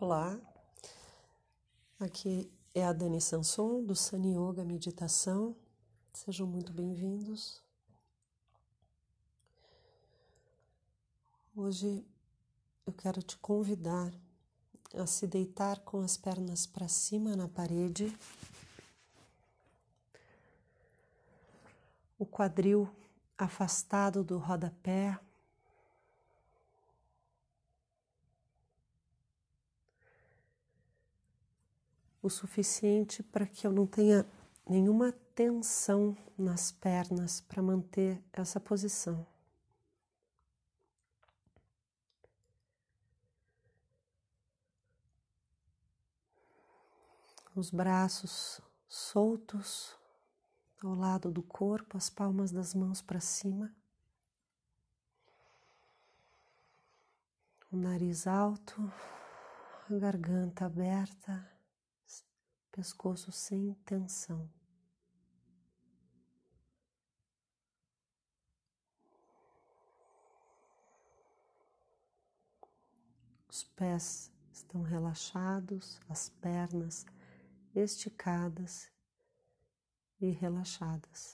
Olá, aqui é a Dani Sanson do Sun Yoga Meditação. Sejam muito bem-vindos. Hoje eu quero te convidar a se deitar com as pernas para cima na parede, o quadril afastado do rodapé, o suficiente para que eu não tenha nenhuma tensão nas pernas para manter essa posição. Os braços soltos ao lado do corpo, as palmas das mãos para cima, o nariz alto, a garganta aberta, pescoço sem tensão. Os pés estão relaxados, as pernas esticadas e relaxadas.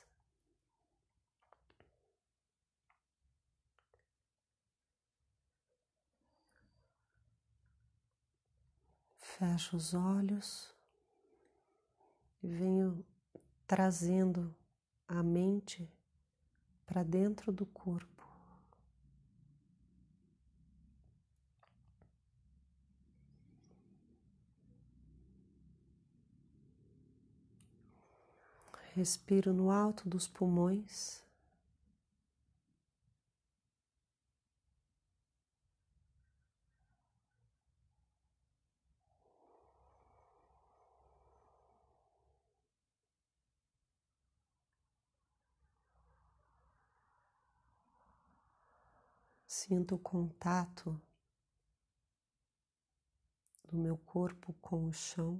Fecho os olhos e venho trazendo a mente para dentro do corpo. Respiro no alto dos pulmões. Sinto o contato do meu corpo com o chão.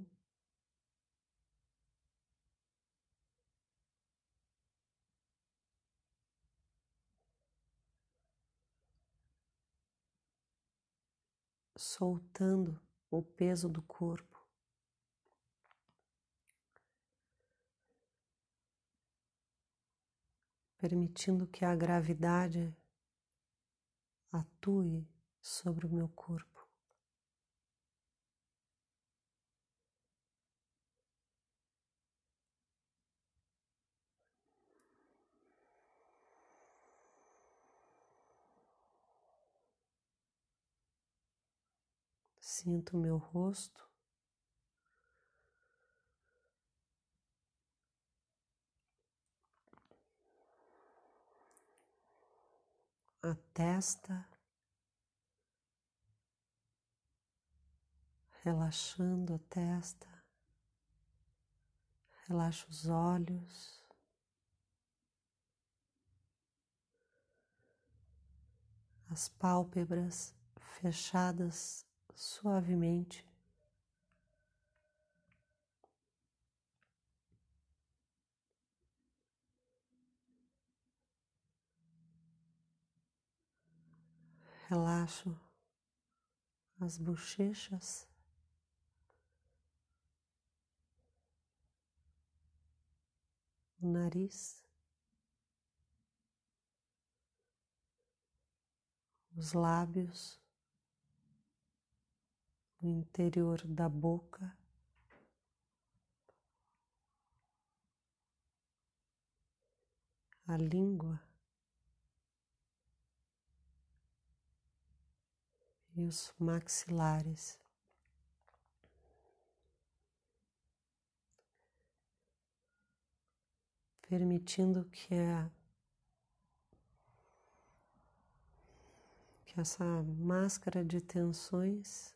Soltando o peso do corpo. Permitindo que a gravidade atue sobre o meu corpo. Sinto o meu rosto, a testa, relaxando a testa, relaxo os olhos, as pálpebras fechadas suavemente. Relaxo as bochechas, o nariz, os lábios, o interior da boca, a língua e os maxilares. Permitindo que essa máscara de tensões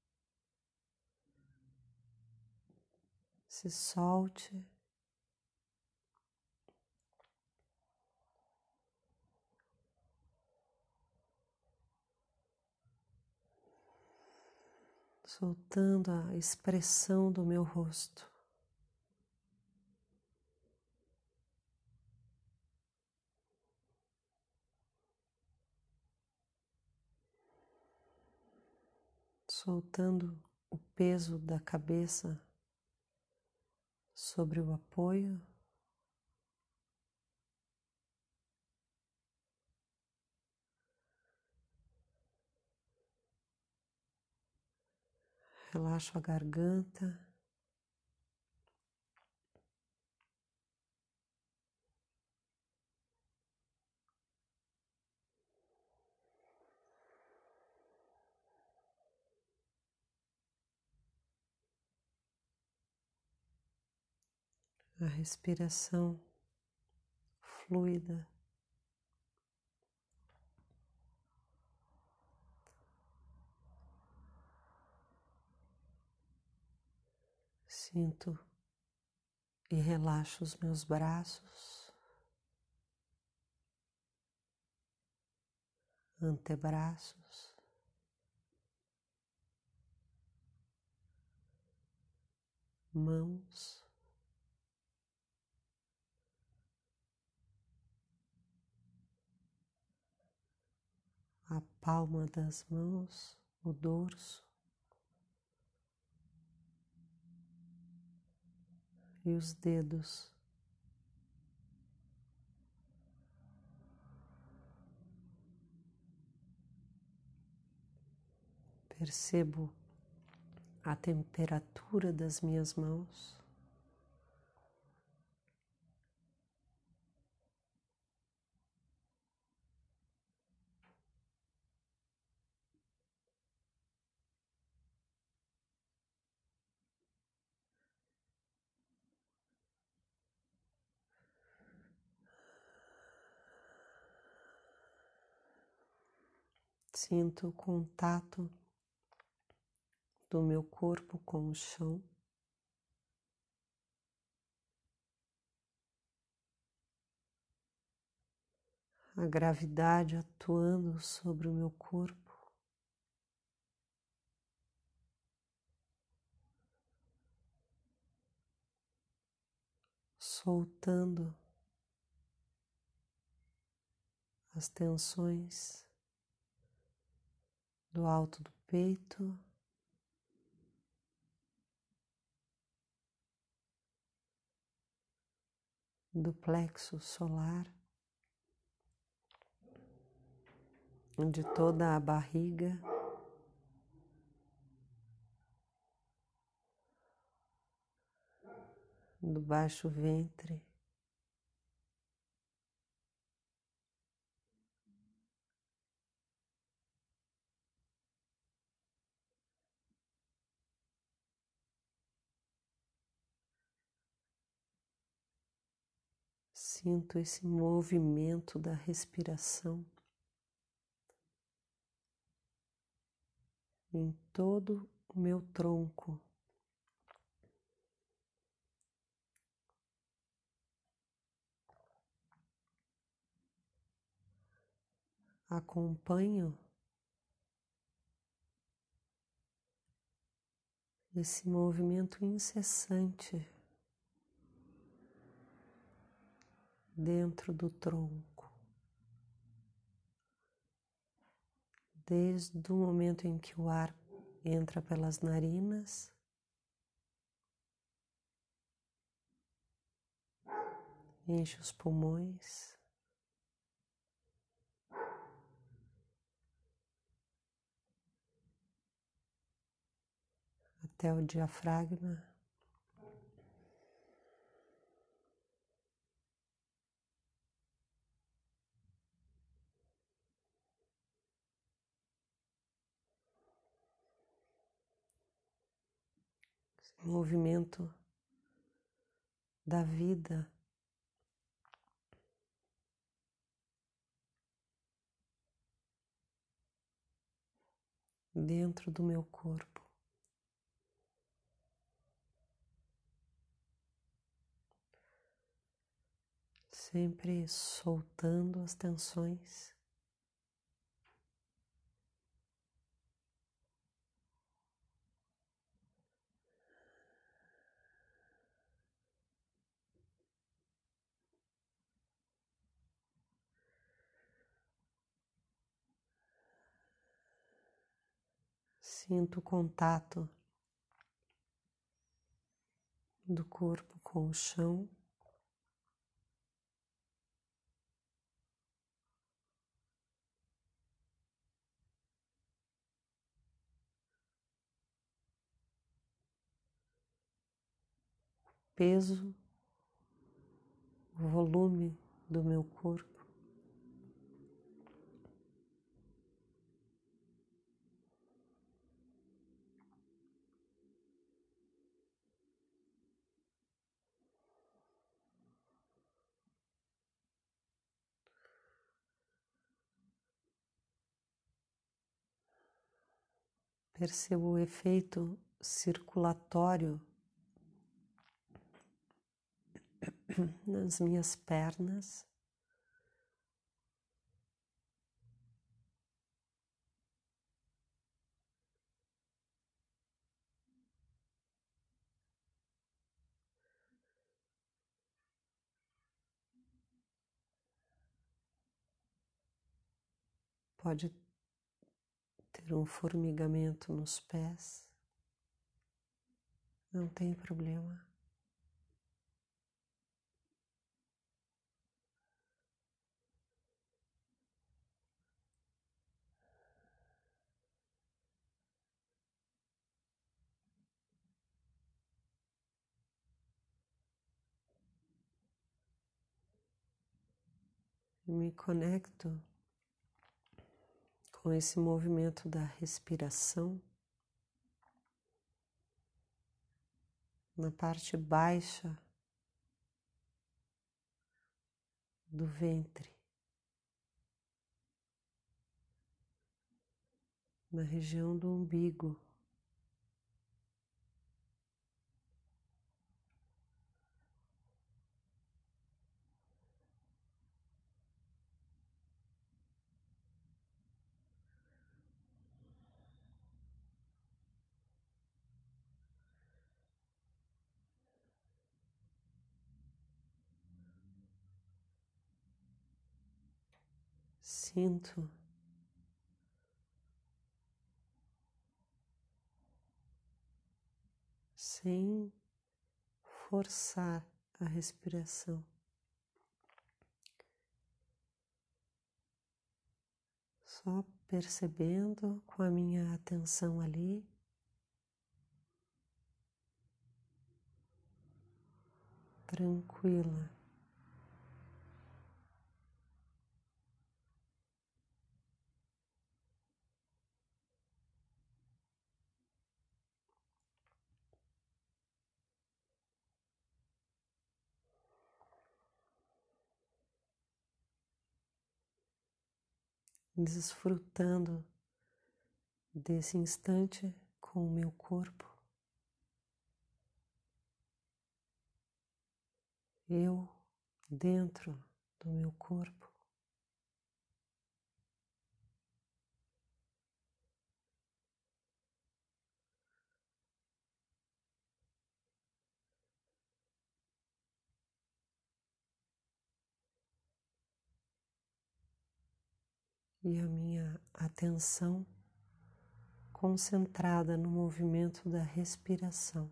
se solte, soltando a expressão do meu rosto. Soltando o peso da cabeça sobre o apoio. Relaxo a garganta. A respiração fluida. Sinto e relaxo os meus braços, antebraços, mãos, a palma das mãos, o dorso e os dedos. Percebo a temperatura das minhas mãos. Sinto o contato do meu corpo com o chão. A gravidade atuando sobre o meu corpo. Soltando as tensões do alto do peito, do plexo solar, de toda a barriga, do baixo ventre. Sinto esse movimento da respiração em todo o meu tronco. Acompanho esse movimento incessante dentro do tronco, desde o momento em que o ar entra pelas narinas, enche os pulmões, até o diafragma. Esse movimento da vida dentro do meu corpo. Sempre soltando as tensões. Sinto o contato do corpo com o chão. Peso, o volume do meu corpo. Percebo o efeito circulatório nas minhas pernas. Pode ter um formigamento nos pés, não tem problema. Eu me conecto com esse movimento da respiração na parte baixa do ventre, na região do umbigo. Sinto sem forçar a respiração. Só percebendo com a minha atenção ali, tranquila. Desfrutando desse instante com o meu corpo. Eu dentro do meu corpo. E a minha atenção concentrada no movimento da respiração.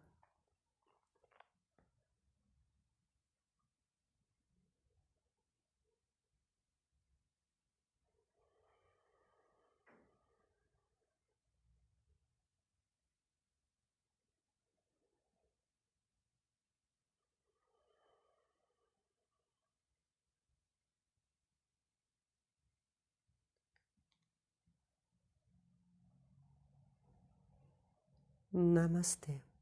Namastê.